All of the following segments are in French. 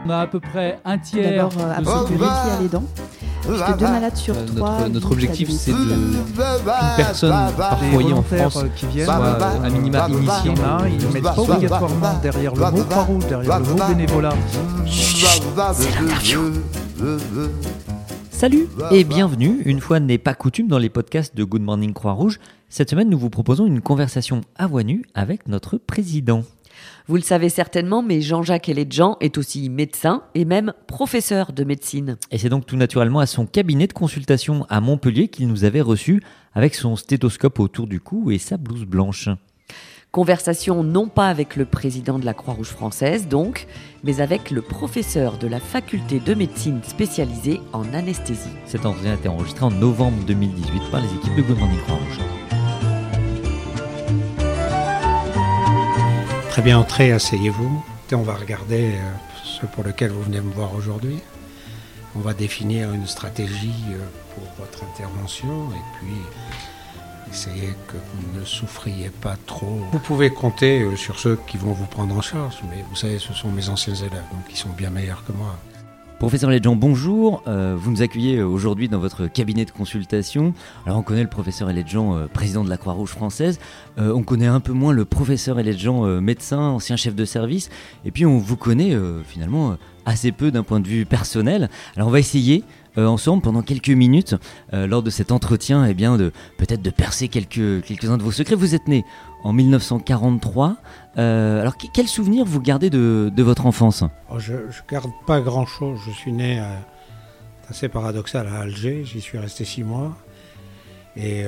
On a à peu près un tiers. D'abord, absorber à les dents. Parce que 2 malades sur 3. Notre objectif, c'est qu'une personne par foyer en France qui viennent, soit à minima initiée. Ils ne mettent pas obligatoirement derrière le mot Croix-Rouge, derrière le mot bénévolat. C'est l'interview. Salut et bienvenue, une fois n'est pas coutume dans les podcasts de Good Morning Croix-Rouge. Cette semaine, nous vous proposons une conversation à voix nue avec notre président. Vous le savez certainement, mais Jean-Jacques Eledjan est aussi médecin et même professeur de médecine. Et c'est donc tout naturellement à son cabinet de consultation à Montpellier qu'il nous avait reçus avec son stéthoscope autour du cou et sa blouse blanche. Conversation non pas avec le président de la Croix-Rouge française donc, mais avec le professeur de la faculté de médecine spécialisée en anesthésie. Cet entretien a été enregistré en novembre 2018 par les équipes de Good Morning Croix-Rouge. Très bien, entrez, asseyez-vous. On va regarder ce pour lequel vous venez me voir aujourd'hui. On va définir une stratégie pour votre intervention et puis essayer que vous ne souffriez pas trop. Vous pouvez compter sur ceux qui vont vous prendre en charge, mais vous savez, ce sont mes anciens élèves, donc ils sont bien meilleurs que moi. Professeur Eledjan, bonjour. Vous nous accueillez aujourd'hui dans votre cabinet de consultation. Alors on connaît le professeur Eledjan, président de la Croix-Rouge française. On connaît un peu moins le professeur Eledjan, médecin, ancien chef de service. Et puis on vous connaît finalement assez peu d'un point de vue personnel. Alors on va essayer ensemble pendant quelques minutes lors de cet entretien peut-être de percer quelques-uns de vos secrets. Vous êtes né en 1943. Alors quel souvenir vous gardez de votre enfance ? Je ne garde pas grand-chose. Je suis né, c'est assez paradoxal, à Alger. J'y suis resté 6 mois. Et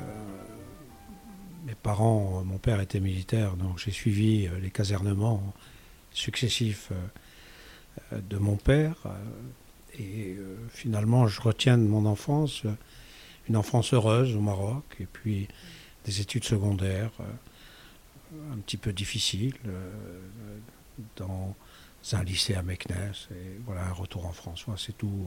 mes parents, mon père était militaire, donc j'ai suivi les casernements successifs de mon père. Et finalement, je retiens de mon enfance une enfance heureuse au Maroc, et puis des études secondaires un petit peu difficiles dans un lycée à Meknès, et voilà, un retour en France. Voilà, c'est tout.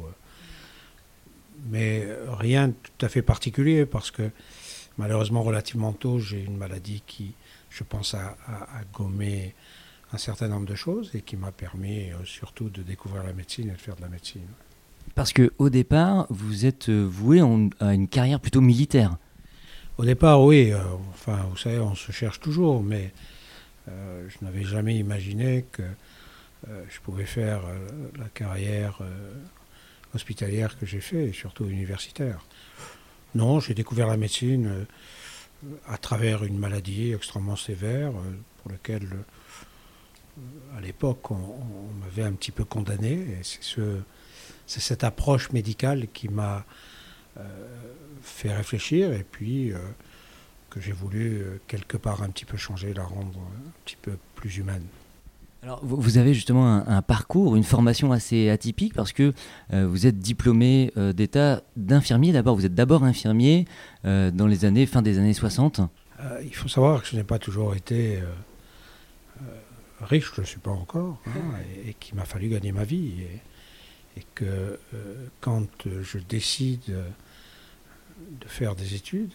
Mais rien de tout à fait particulier, parce que malheureusement, relativement tôt, j'ai une maladie qui, je pense, a gommé un certain nombre de choses et qui m'a permis surtout de découvrir la médecine et de faire de la médecine. Parce qu'au départ, vous êtes voué à une carrière plutôt militaire. Au départ, oui. Vous savez, on se cherche toujours, mais je n'avais jamais imaginé que je pouvais faire la carrière hospitalière que j'ai fait, et surtout universitaire. Non, j'ai découvert la médecine à travers une maladie extrêmement sévère pour laquelle à l'époque, on m'avait un petit peu condamné, et c'est cette approche médicale qui m'a fait réfléchir, et puis que j'ai voulu quelque part un petit peu changer, la rendre un petit peu plus humaine. Alors, vous avez justement un parcours, une formation assez atypique, parce que vous êtes diplômé d'état d'infirmier. D'abord, vous êtes d'abord infirmier dans les fin des années 60. Il faut savoir que je n'ai pas toujours été riche, je ne suis pas encore, et qu'il m'a fallu gagner ma vie. Et que quand je décide de faire des études,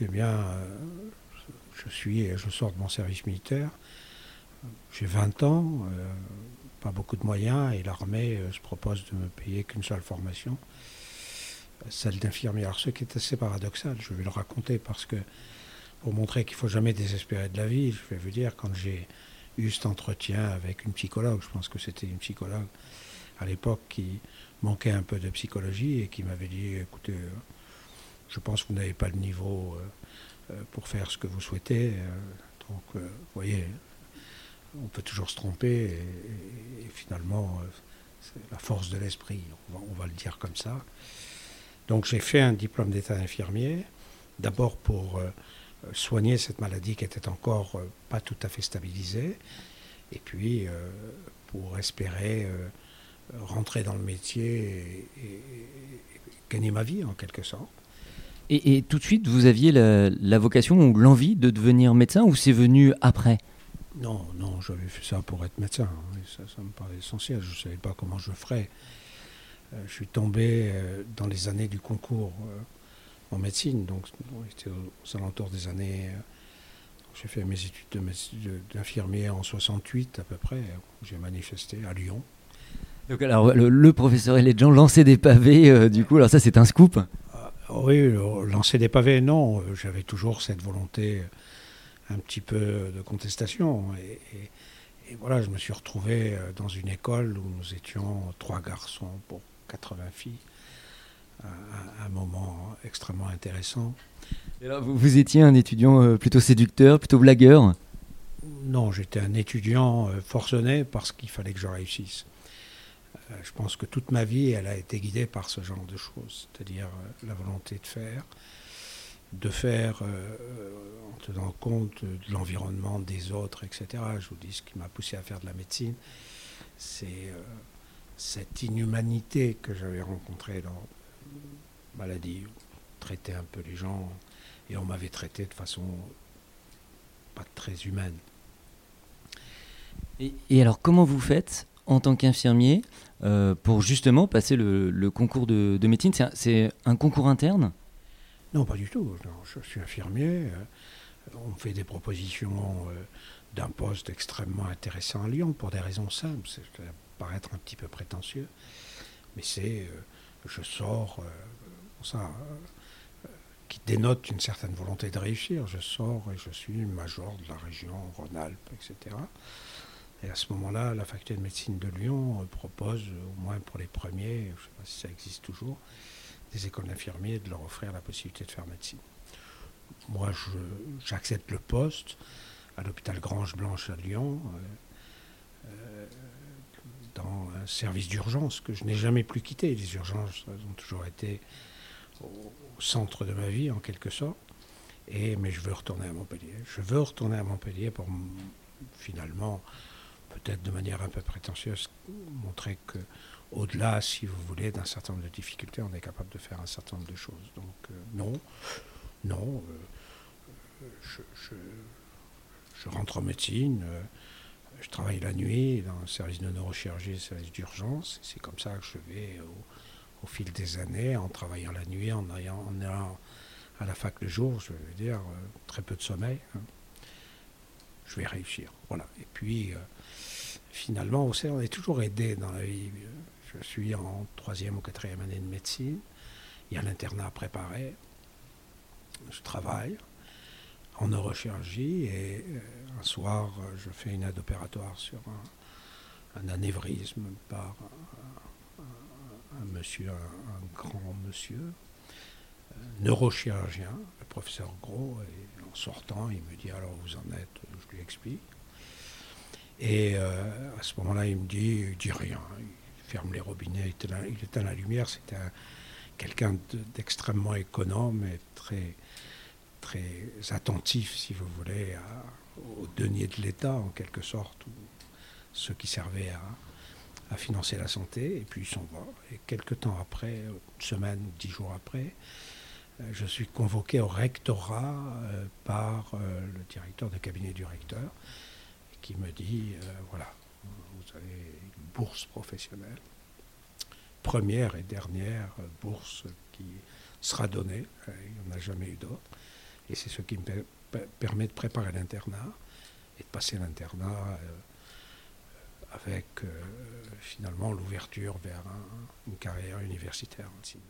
je sors de mon service militaire, j'ai 20 ans, pas beaucoup de moyens, et l'armée se propose de me payer qu'une seule formation, celle d'infirmier. Alors ce qui est assez paradoxal, je vais le raconter, parce que pour montrer qu'il ne faut jamais désespérer de la vie, je vais vous dire, quand j'ai eu cet entretien avec une psychologue, je pense que c'était une psychologue à l'époque qui manquait un peu de psychologie et qui m'avait dit, écoutez, je pense que vous n'avez pas le niveau pour faire ce que vous souhaitez, donc vous voyez, on peut toujours se tromper, et finalement c'est la force de l'esprit, on va le dire comme ça. Donc j'ai fait un diplôme d'état infirmier, d'abord pour soigner cette maladie qui était encore pas tout à fait stabilisée, et puis pour espérer rentrer dans le métier et gagner ma vie en quelque sorte. Et tout de suite, vous aviez la vocation ou l'envie de devenir médecin, ou c'est venu après ? Non, j'avais fait ça pour être médecin, ça me paraît essentiel, je ne savais pas comment je ferais. Je suis tombé dans les années du concours en médecine, donc c'était aux alentours des années... J'ai fait mes études d'infirmier en 68 à peu près, où j'ai manifesté à Lyon. Donc alors le professeur Eledjian lançait des pavés, du coup, alors ça c'est un scoop. Oui, lancer des pavés, non. J'avais toujours cette volonté un petit peu de contestation. Et voilà, je me suis retrouvé dans une école où nous étions 3 garçons pour 80 filles. Un moment extrêmement intéressant. Et alors, vous étiez un étudiant plutôt séducteur, plutôt blagueur? Non, j'étais un étudiant forcené parce qu'il fallait que je réussisse. Je pense que toute ma vie, elle a été guidée par ce genre de choses, c'est-à-dire la volonté de faire en tenant compte de l'environnement, des autres, etc. Je vous dis, ce qui m'a poussé à faire de la médecine, c'est cette inhumanité que j'avais rencontrée dans la maladie. On traitait un peu les gens et on m'avait traité de façon pas très humaine. Et alors, comment vous faites en tant qu'infirmier pour justement passer le concours de médecine? C'est un concours interne? Non, pas du tout. Non, je suis infirmier. On me fait des propositions d'un poste extrêmement intéressant à Lyon pour des raisons simples. Ça va paraître un petit peu prétentieux, mais je sors, qui dénote une certaine volonté de réussir. Je sors et je suis major de la région Rhône-Alpes, etc. Et à ce moment-là, la faculté de médecine de Lyon propose, au moins pour les premiers, je ne sais pas si ça existe toujours, des écoles d'infirmiers, de leur offrir la possibilité de faire médecine. Moi, j'accepte le poste à l'hôpital Grange-Blanche à Lyon, dans un service d'urgence que je n'ai jamais plus quitté. Les urgences ont toujours été au centre de ma vie, en quelque sorte. Mais je veux retourner à Montpellier. Je veux retourner à Montpellier pour finalement, peut-être de manière un peu prétentieuse, montrer que au-delà, si vous voulez, d'un certain nombre de difficultés, on est capable de faire un certain nombre de choses. Donc non, je rentre en médecine, je travaille la nuit dans le service de neurochirurgie et le service d'urgence. C'est comme ça que je vais, au fil des années, en travaillant la nuit, en allant à la fac le jour, je veux dire, très peu de sommeil. Je vais réussir. Voilà. Et puis, finalement, vous savez, on est toujours aidé dans la vie. Je suis en 3e ou 4e année de médecine. Il y a l'internat à préparer. Je travaille en neurochirurgie et un soir, je fais une aide opératoire sur un anévrisme par un monsieur, un grand monsieur, neurochirurgien, le professeur Gros. Et en sortant, il me dit, alors vous en êtes? Je lui explique. Et à ce moment-là, il dit rien. Il ferme les robinets, il éteint la lumière. C'était quelqu'un d'extrêmement économe et très, très attentif, si vous voulez, aux deniers de l'État, en quelque sorte, ou ceux qui servaient à financer la santé. Et puis il s'en va. Et quelques temps après, une semaine, 10 jours après, je suis convoqué au rectorat par le directeur de cabinet du recteur, qui me dit, voilà, vous avez une bourse professionnelle, première et dernière bourse qui sera donnée, il n'y en a jamais eu d'autre, et c'est ce qui me permet de préparer l'internat et de passer l'internat avec finalement l'ouverture vers une carrière universitaire en médecine.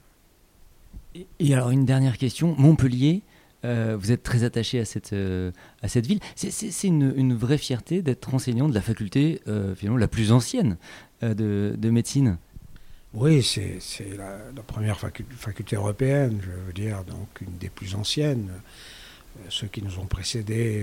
Et alors une dernière question, Montpellier, vous êtes très attaché à cette ville. C'est une vraie fierté d'être enseignant de la faculté finalement la plus ancienne de médecine. Oui, c'est la première faculté européenne, je veux dire, donc une des plus anciennes. Ceux qui nous ont précédés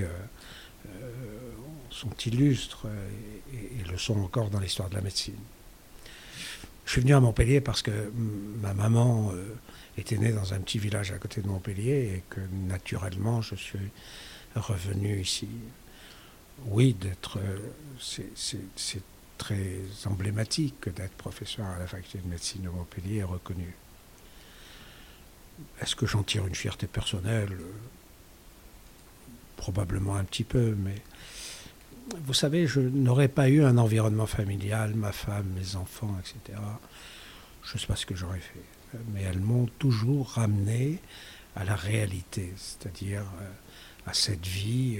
sont illustres et le sont encore dans l'histoire de la médecine. Je suis venu à Montpellier parce que ma maman était née dans un petit village à côté de Montpellier et que naturellement je suis revenu ici. Oui, c'est très emblématique d'être professeur à la faculté de médecine de Montpellier et reconnu. Est-ce que j'en tire une fierté personnelle? Probablement un petit peu, mais vous savez, je n'aurais pas eu un environnement familial, ma femme, mes enfants, etc. Je ne sais pas ce que j'aurais fait, mais elles m'ont toujours ramené à la réalité, c'est-à-dire à cette vie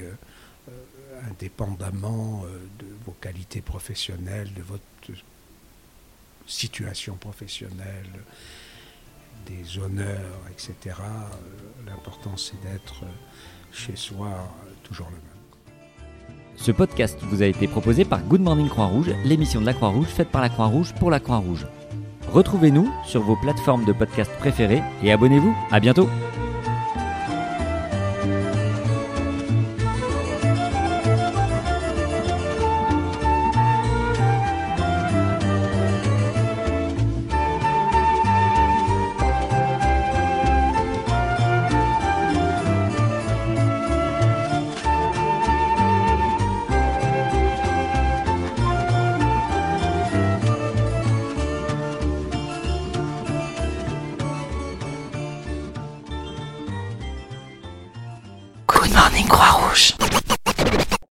indépendamment de vos qualités professionnelles, de votre situation professionnelle, des honneurs, etc. L'important, c'est d'être chez soi toujours le même. Ce podcast vous a été proposé par Good Morning Croix-Rouge, l'émission de la Croix-Rouge faite par la Croix-Rouge pour la Croix-Rouge. Retrouvez-nous sur vos plateformes de podcast préférées et abonnez-vous. À bientôt.